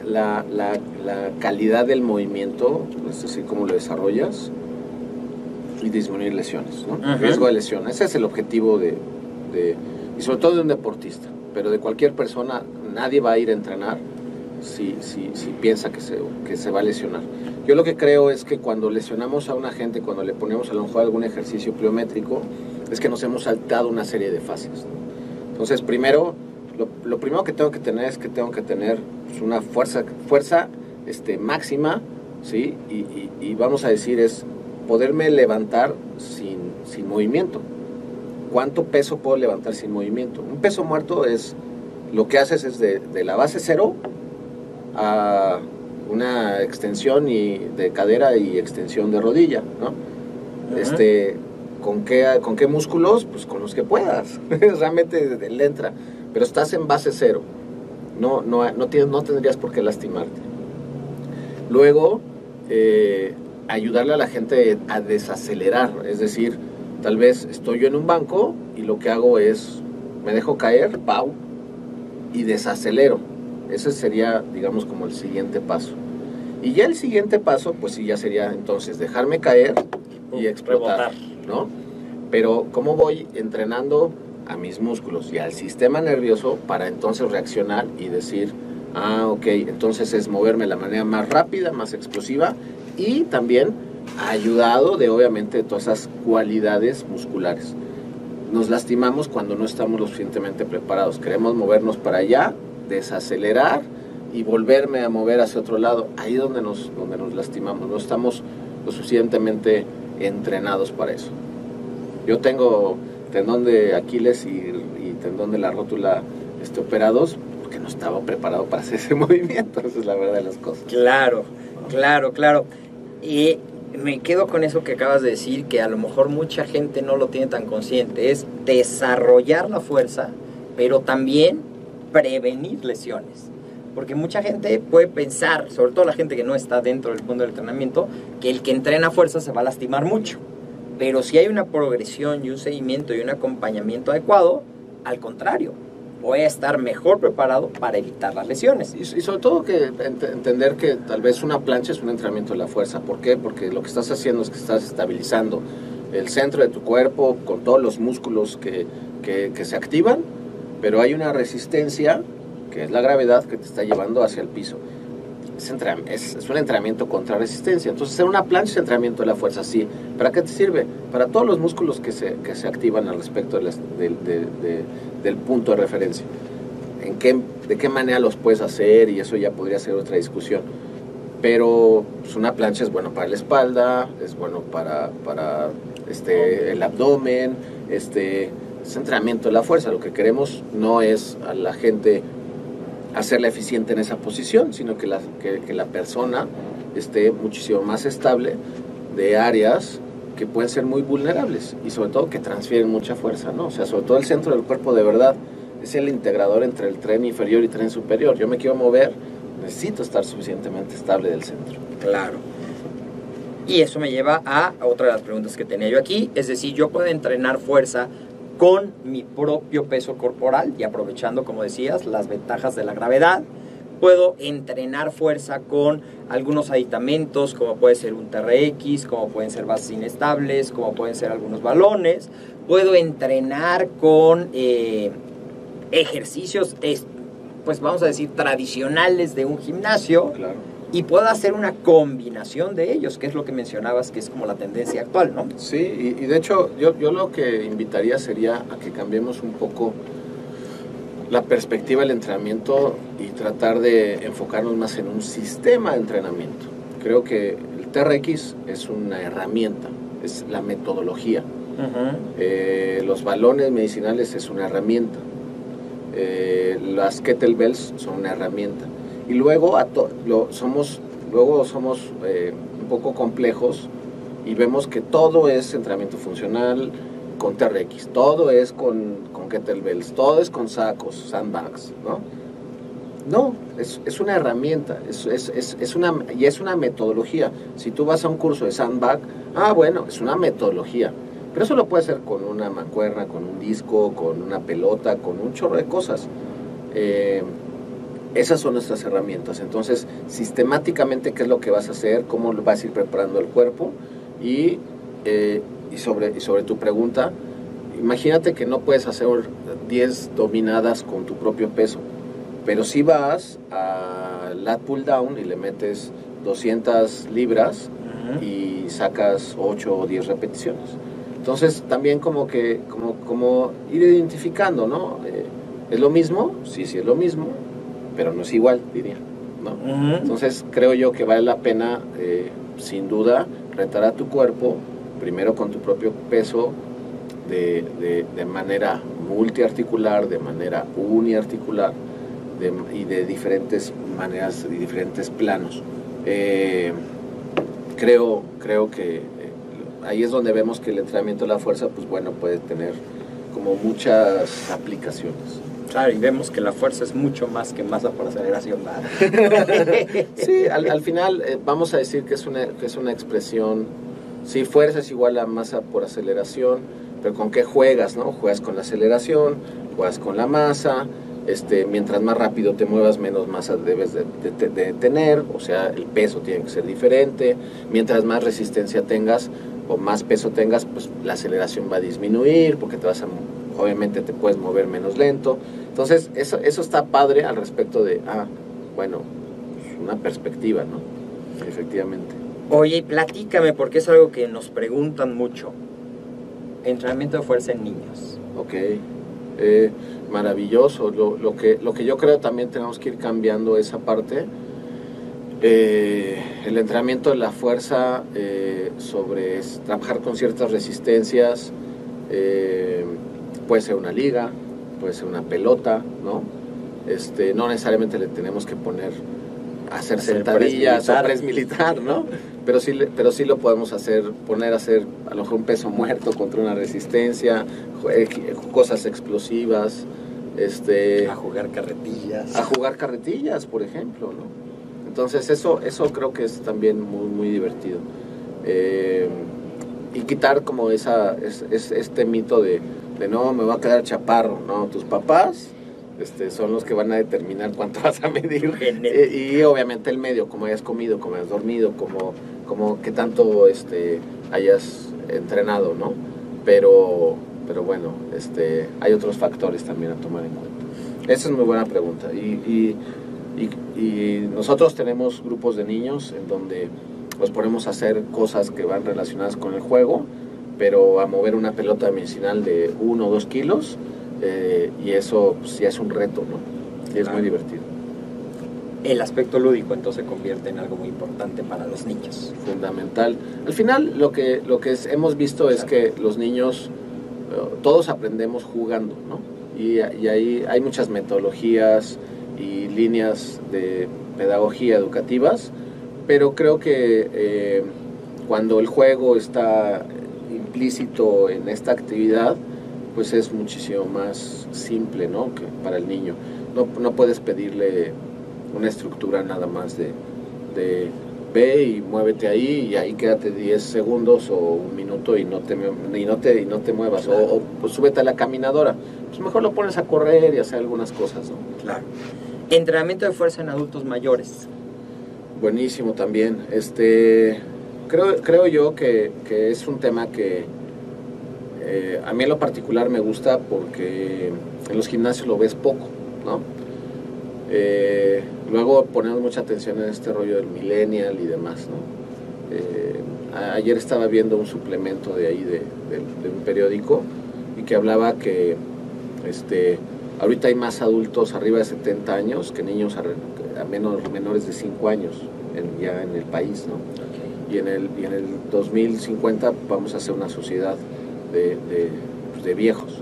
calidad del movimiento, es decir, cómo lo desarrollas, y disminuir lesiones, ¿no? El riesgo de lesión. Ese es el objetivo y sobre todo de un deportista, pero de cualquier persona. Nadie va a ir a entrenar si piensa que se va a lesionar. Yo lo que creo es que cuando lesionamos a una gente, cuando le ponemos a lo mejor algún ejercicio pliométrico, es que nos hemos saltado una serie de fases, ¿no? Entonces, primero, lo primero que tengo que tener es que tengo que tener pues, una fuerza máxima, ¿sí? Y vamos a decir es poderme levantar sin movimiento. ¿Cuánto peso puedo levantar sin movimiento? Un peso muerto es, lo que haces es de la base cero a una extensión de cadera y extensión de rodilla, ¿no? ¿Con qué músculos? Pues con los que puedas. Realmente le entra. Pero estás en base cero. No tendrías por qué lastimarte. Luego, ayudarle a la gente a desacelerar. Es decir, tal vez estoy yo en un banco y lo que hago es, me dejo caer, ¡pau!, y desacelero. Ese sería, digamos, como el siguiente paso. Y ya el siguiente paso, pues sí, ya sería entonces dejarme caer y explotar, ¿no? Pero ¿cómo voy entrenando a mis músculos y al sistema nervioso para entonces reaccionar y decir, ok, entonces es moverme de la manera más rápida, más explosiva y también ayudado de, obviamente, todas esas cualidades musculares? Nos lastimamos cuando no estamos lo suficientemente preparados. Queremos movernos para allá, desacelerar y volverme a mover hacia otro lado. Ahí es donde nos lastimamos. No estamos lo suficientemente entrenados para eso. Yo tengo tendón de Aquiles y tendón de la rótula operados porque no estaba preparado para hacer ese movimiento. Esa es la verdad de las cosas. Claro. Y me quedo con eso que acabas de decir, que a lo mejor mucha gente no lo tiene tan consciente. Es desarrollar la fuerza, pero también prevenir lesiones. Porque mucha gente puede pensar, sobre todo la gente que no está dentro del mundo del entrenamiento, que el que entrena fuerza se va a lastimar mucho. Pero si hay una progresión y un seguimiento y un acompañamiento adecuado, al contrario, voy a estar mejor preparado para evitar las lesiones. Y sobre todo que entender que tal vez una plancha es un entrenamiento de la fuerza. ¿Por qué? Porque lo que estás haciendo es que estás estabilizando el centro de tu cuerpo con todos los músculos que se activan, pero hay una resistencia, que es la gravedad, que te está llevando hacia el piso. Es un entrenamiento contra resistencia. Entonces, hacer una plancha es entrenamiento de la fuerza, sí. ¿Para qué te sirve? Para todos los músculos que se activan al respecto del punto de referencia. ¿De qué manera los puedes hacer? Y eso ya podría ser otra discusión. Pero pues, una plancha es bueno para la espalda, es bueno para el abdomen, es entrenamiento de la fuerza. Lo que queremos no es a la gente hacerla eficiente en esa posición, sino que la persona esté muchísimo más estable de áreas que pueden ser muy vulnerables y sobre todo que transfieren mucha fuerza, ¿no? O sea, sobre todo el centro del cuerpo de verdad es el integrador entre el tren inferior y tren superior. Yo me quiero mover, necesito estar suficientemente estable del centro. Claro. Y eso me lleva a otra de las preguntas que tenía yo aquí, es decir, yo puedo entrenar fuerza con mi propio peso corporal y aprovechando, como decías, las ventajas de la gravedad. Puedo entrenar fuerza con algunos aditamentos, como puede ser un TRX, como pueden ser bases inestables, como pueden ser algunos balones. Puedo entrenar con ejercicios, pues vamos a decir, tradicionales de un gimnasio. Claro. Y puedo hacer una combinación de ellos, que es lo que mencionabas, que es como la tendencia actual, ¿no? Sí, y de hecho yo lo que invitaría sería a que cambiemos un poco la perspectiva del entrenamiento y tratar de enfocarnos más en un sistema de entrenamiento. Creo que el TRX es una herramienta, es la metodología. Los balones medicinales es una herramienta. Las kettlebells son una herramienta. Y luego somos un poco complejos y vemos que todo es entrenamiento funcional con TRX, todo es con kettlebells, todo es con sacos, sandbags, ¿no? No, es una herramienta, es una metodología. Si tú vas a un curso de sandbag, bueno, es una metodología. Pero eso lo puedes hacer con una mancuerna, con un disco, con una pelota, con un chorro de cosas. Esas son nuestras herramientas. Entonces, sistemáticamente, ¿qué es lo que vas a hacer? ¿Cómo vas a ir preparando el cuerpo? Y sobre tu pregunta, imagínate que no puedes hacer 10 dominadas con tu propio peso, pero si vas a lat pull down y le metes 200 libras y sacas 8 o 10 repeticiones. Entonces, también como ir identificando, ¿no? ¿Es lo mismo? Sí, es lo mismo, pero no es igual, diría, ¿no? Entonces creo yo que vale la pena, sin duda, retar a tu cuerpo, primero con tu propio peso, de manera multiarticular, de manera uniarticular, y de diferentes maneras y diferentes planos. Creo que ahí es donde vemos que el entrenamiento de la fuerza, pues bueno, puede tener como muchas aplicaciones. Claro, y vemos que la fuerza es mucho más que masa por aceleración, ¿verdad? Sí, al final vamos a decir que es una expresión. Sí, fuerza es igual a masa por aceleración, pero ¿con qué juegas, no? Juegas con la aceleración, juegas con la masa. Mientras más rápido te muevas, menos masa debes de tener, o sea, el peso tiene que ser diferente. Mientras más resistencia tengas o más peso tengas, pues la aceleración va a disminuir, porque obviamente te puedes mover menos lento. Entonces, eso está padre al respecto de, bueno, una perspectiva, ¿no? Efectivamente. Oye, platícame, porque es algo que nos preguntan mucho. Entrenamiento de fuerza en niños. Ok, maravilloso. Lo que yo creo también tenemos que ir cambiando esa parte. El entrenamiento de la fuerza sobre trabajar con ciertas resistencias, puede ser una liga, puede ser una pelota, ¿no? No necesariamente le tenemos que poner a hacer sentadillas o press militar, ¿no? Pero sí lo podemos poner a hacer a lo mejor un peso muerto contra una resistencia, cosas explosivas, a jugar carretillas. A jugar carretillas, por ejemplo, ¿no? Entonces eso creo que es también muy, muy divertido. Y quitar como este mito de no, me va a quedar chaparro, ¿no? Tus papás son los que van a determinar cuánto vas a medir. Y obviamente el medio, cómo hayas comido, cómo hayas dormido, como qué tanto hayas entrenado, ¿no? Pero bueno, hay otros factores también a tomar en cuenta. Esa es muy buena pregunta. Y nosotros tenemos grupos de niños en donde los ponemos a hacer cosas que van relacionadas con el juego, pero a mover una pelota medicinal de 1 o 2 kilos, y eso pues, ya es un reto, ¿no? Y es muy divertido. El aspecto lúdico entonces se convierte en algo muy importante para los niños. Fundamental. Al final lo que hemos visto es que los niños, todos aprendemos jugando, ¿no? Y ahí hay muchas metodologías y líneas de pedagogía educativas, pero creo que cuando el juego está implícito en esta actividad, pues es muchísimo más simple, ¿no? Que para el niño. No puedes pedirle una estructura nada más de ve y muévete ahí y ahí quédate 10 segundos o un minuto y no te muevas. O pues súbete a la caminadora. Pues mejor lo pones a correr y hacer algunas cosas, ¿no? Claro. Entrenamiento de fuerza en adultos mayores. Buenísimo también. Creo yo que es un tema que a mí en lo particular me gusta porque en los gimnasios lo ves poco, ¿no? Luego ponemos mucha atención en este rollo del millennial y demás, ¿no? Ayer estaba viendo un suplemento de ahí de un periódico y que hablaba que ahorita hay más adultos arriba de 70 años que niños menores de 5 años ya en el país, ¿no? Okay. Y en el 2050 vamos a ser una sociedad de viejos.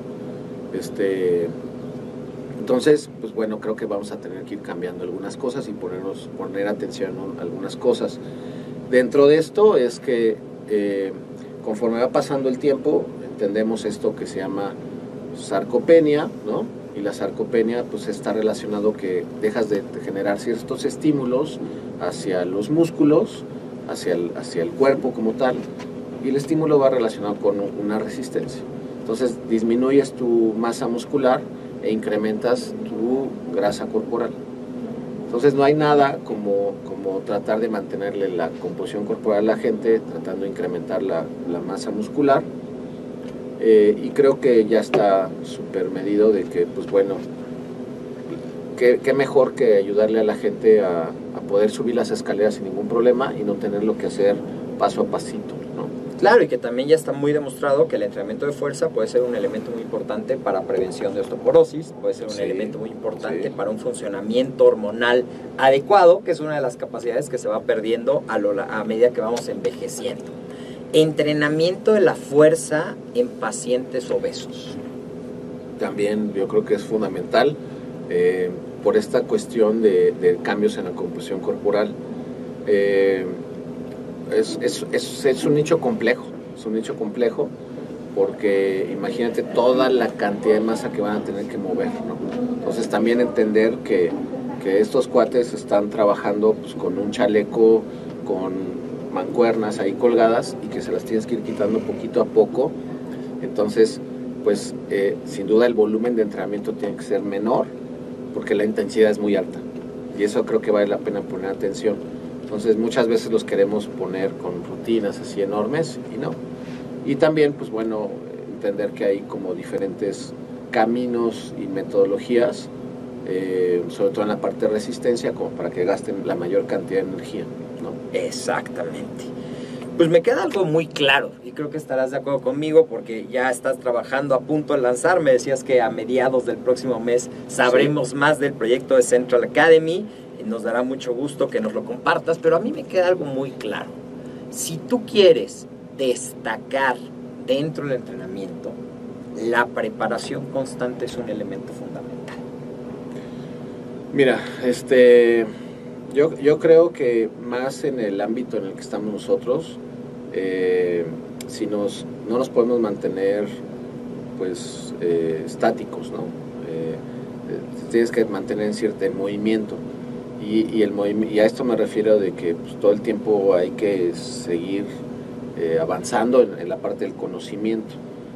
Entonces, pues bueno, creo que vamos a tener que ir cambiando algunas cosas y poner atención a algunas cosas. Dentro de esto es que conforme va pasando el tiempo, entendemos esto que se llama sarcopenia, ¿no? Y la sarcopenia pues está relacionado que dejas de generar ciertos estímulos hacia los músculos, hacia el cuerpo como tal, y el estímulo va relacionado con una resistencia. Entonces disminuyes tu masa muscular e incrementas tu grasa corporal. Entonces no hay nada como tratar de mantenerle la composición corporal a la gente, tratando de incrementar la masa muscular. Y creo que ya está súper medido de que, pues bueno, qué mejor que ayudarle a la gente a poder subir las escaleras sin ningún problema y no tenerlo que hacer paso a pasito, ¿no? Claro, y que también ya está muy demostrado que el entrenamiento de fuerza puede ser un elemento muy importante para prevención de osteoporosis, puede ser un elemento muy importante para un funcionamiento hormonal adecuado, que es una de las capacidades que se va perdiendo a medida que vamos envejeciendo. Entrenamiento de la fuerza en pacientes obesos. También yo creo que es fundamental por esta cuestión de cambios en la composición corporal. Es un nicho complejo, porque imagínate toda la cantidad de masa que van a tener que mover, ¿no? Entonces también entender que estos cuates están trabajando pues, con un chaleco, con mancuernas ahí colgadas y que se las tienes que ir quitando poquito a poco. Entonces pues sin duda el volumen de entrenamiento tiene que ser menor porque la intensidad es muy alta y eso creo que vale la pena poner atención. Entonces muchas veces los queremos poner con rutinas así enormes y no. Y también pues bueno, entender que hay como diferentes caminos y metodologías, sobre todo en la parte de resistencia, como para que gasten la mayor cantidad de energía, ¿no? Exactamente. Pues me queda algo muy claro y creo que estarás de acuerdo conmigo porque ya estás trabajando a punto de lanzar. Me decías que a mediados del próximo mes sabremos más del proyecto de Central Academy. Nos dará mucho gusto que nos lo compartas, pero a mí me queda algo muy claro. Si tú quieres destacar dentro del entrenamiento, la preparación constante es un elemento fundamental. Mira, yo creo que más en el ámbito en el que estamos nosotros, si no nos podemos mantener pues estáticos, ¿no? Tienes que mantener en cierto movimiento. Y a esto me refiero de que pues, todo el tiempo hay que seguir avanzando en la parte del conocimiento.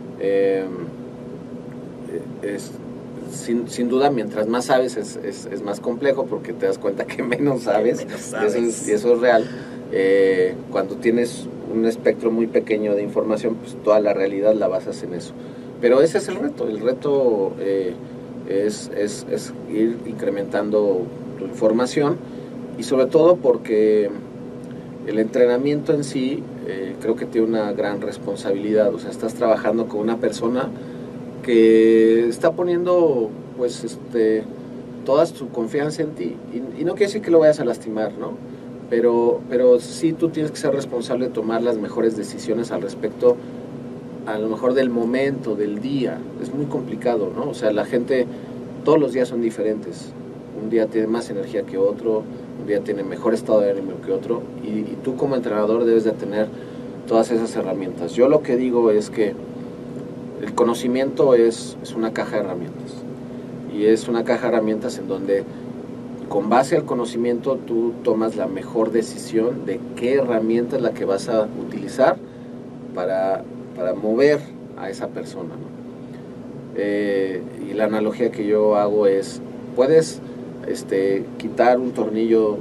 Sin duda, mientras más sabes es más complejo porque te das cuenta que menos sabes. Y eso es real. Cuando tienes un espectro muy pequeño de información, pues toda la realidad la basas en eso. Pero ese es el reto. El reto es ir incrementando tu información y sobre todo porque el entrenamiento en sí creo que tiene una gran responsabilidad. O sea, estás trabajando con una persona que está poniendo pues toda su confianza en ti y no quiere decir que lo vayas a lastimar, ¿no? Pero sí tú tienes que ser responsable de tomar las mejores decisiones al respecto, a lo mejor del momento, del día. Es muy complicado, ¿no? O sea, la gente todos los días son diferentes. Un día tiene más energía que otro, un día tiene mejor estado de ánimo que otro y tú como entrenador debes de tener todas esas herramientas. Yo lo que digo es que el conocimiento es una caja de herramientas y es una caja de herramientas en donde con base al conocimiento tú tomas la mejor decisión de qué herramienta es la que vas a utilizar para mover a esa persona, ¿no? Y la analogía que yo hago es, puedes quitar un tornillo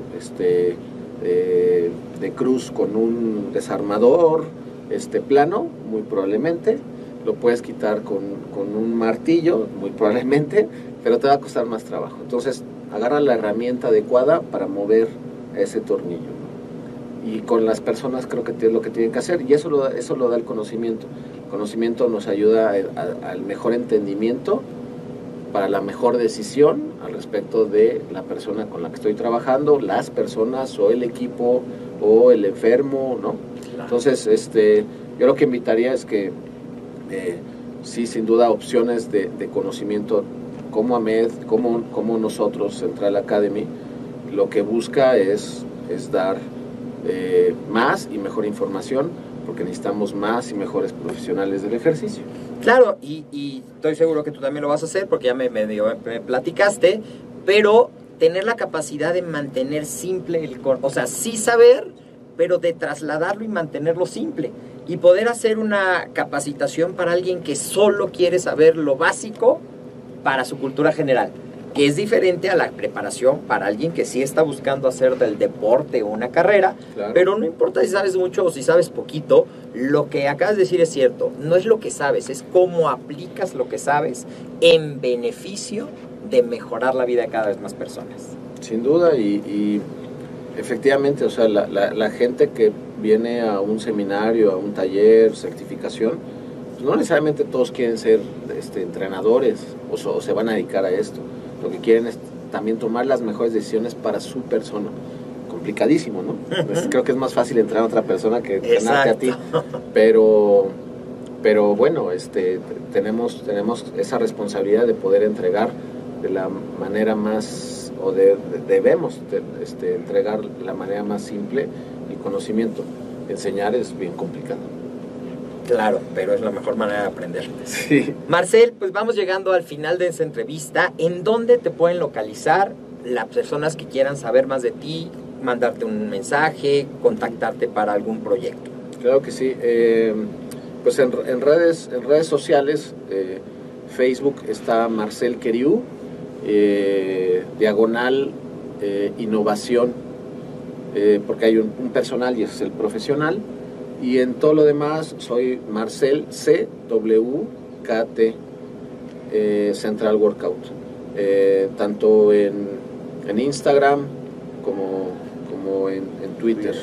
de cruz con un desarmador plano, muy probablemente. Lo puedes quitar con un martillo, muy probablemente, pero te va a costar más trabajo. Entonces, agarra la herramienta adecuada para mover ese tornillo, ¿no? Y con las personas creo que es lo que tienen que hacer, y eso lo da el conocimiento. El conocimiento nos ayuda al mejor entendimiento, para la mejor decisión al respecto de la persona con la que estoy trabajando, las personas o el equipo o el enfermo, ¿no? Claro. Entonces, yo lo que invitaría es que sí, sin duda, opciones de conocimiento como AMED, como nosotros, Central Academy, lo que busca es dar más y mejor información, porque necesitamos más y mejores profesionales del ejercicio. Claro, y estoy seguro que tú también lo vas a hacer, porque ya me platicaste, pero tener la capacidad de mantener simple o sea, sí saber, pero de trasladarlo y mantenerlo simple. Y poder hacer una capacitación para alguien que solo quiere saber lo básico para su cultura general, que es diferente a la preparación para alguien que sí está buscando hacer del deporte una carrera, claro. Pero no importa si sabes mucho o si sabes poquito, lo que acabas de decir es cierto, no es lo que sabes, es cómo aplicas lo que sabes en beneficio de mejorar la vida de cada vez más personas. Sin duda, y efectivamente, o sea, la gente que viene a un seminario, a un taller, certificación, pues no necesariamente todos quieren ser entrenadores o se van a dedicar a esto. Lo que quieren es también tomar las mejores decisiones para su persona. Complicadísimo, ¿no? Pues creo que es más fácil entrenar a otra persona que entrenarte a ti. Pero bueno, tenemos esa responsabilidad de poder entregar de la manera más, debemos entregar la manera más simple el conocimiento. Enseñar es bien complicado. Claro, pero es la mejor manera de aprender. Sí. Marcel, pues vamos llegando al final de esta entrevista. ¿En dónde te pueden localizar las personas que quieran saber más de ti, mandarte un mensaje, contactarte para algún proyecto? Claro que sí. Pues en redes sociales, Facebook está Marcel Queriu, diagonal innovación, porque hay un personal y ese es el profesional. Y en todo lo demás soy Marcel CWKT, Central Workout, tanto en Instagram como en Twitter.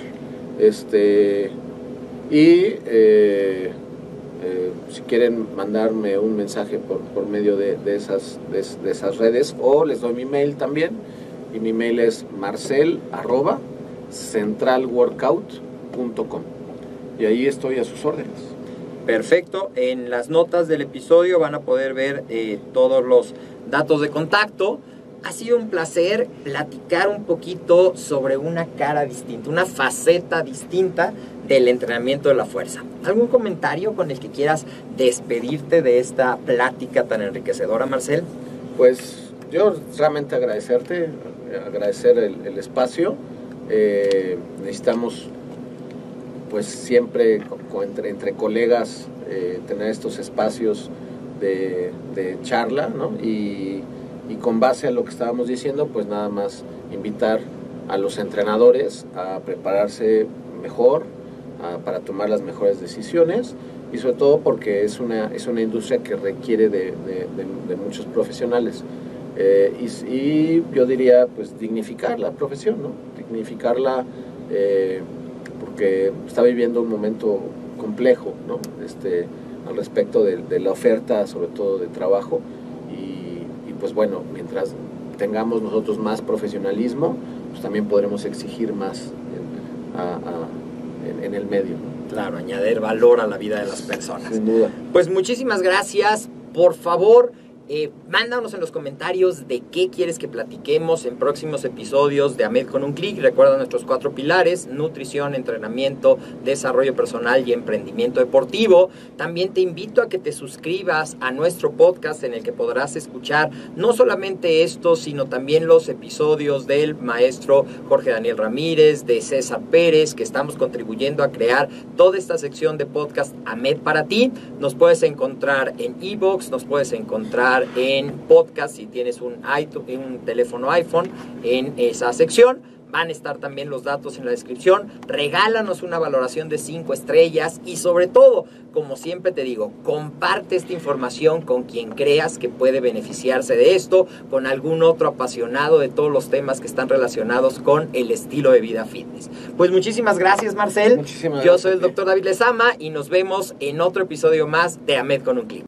Si quieren mandarme un mensaje por medio de esas redes, o les doy mi mail también, y mi mail es marcel@centralworkout.com. Y ahí estoy a sus órdenes. Perfecto. En las notas del episodio van a poder ver todos los datos de contacto. Ha sido un placer platicar un poquito sobre una cara distinta, una faceta distinta del entrenamiento de la fuerza. ¿Algún comentario con el que quieras despedirte de esta plática tan enriquecedora, Marcel? Pues yo realmente agradecer el espacio. Necesitamos pues siempre entre colegas tener estos espacios de charla, ¿no? Y con base a lo que estábamos diciendo, pues nada más invitar a los entrenadores a prepararse mejor, para tomar las mejores decisiones, y sobre todo porque es una industria que requiere de muchos profesionales, y yo diría pues dignificar la profesión, ¿no? Dignificarla, porque está viviendo un momento complejo, ¿no? Al respecto de la oferta, sobre todo de trabajo, y pues bueno, mientras tengamos nosotros más profesionalismo, pues también podremos exigir más en el medio, ¿no? Claro, añadir valor a la vida de las personas. Sin duda. Pues muchísimas gracias. Por favor, Mándanos en los comentarios de qué quieres que platiquemos en próximos episodios de AMED con un clic. Recuerda nuestros 4 pilares: nutrición, entrenamiento, desarrollo personal y emprendimiento deportivo. También te invito a que te suscribas a nuestro podcast, en el que podrás escuchar no solamente esto, sino también los episodios del maestro Jorge Daniel Ramírez, de César Pérez, que estamos contribuyendo a crear toda esta sección de podcast AMED para ti. Nos puedes encontrar en iVoox, nos puedes encontrar en podcast si tienes un teléfono iPhone, en esa sección. Van a estar también los datos en la descripción. Regálanos una valoración de 5 estrellas y, sobre todo, como siempre te digo, comparte esta información con quien creas que puede beneficiarse de esto, con algún otro apasionado de todos los temas que están relacionados con el estilo de vida fitness. Pues muchísimas gracias, Marcel. Muchísimas Yo gracias. soy el Dr. David Lezama y nos vemos en otro episodio más de AMED con un clic.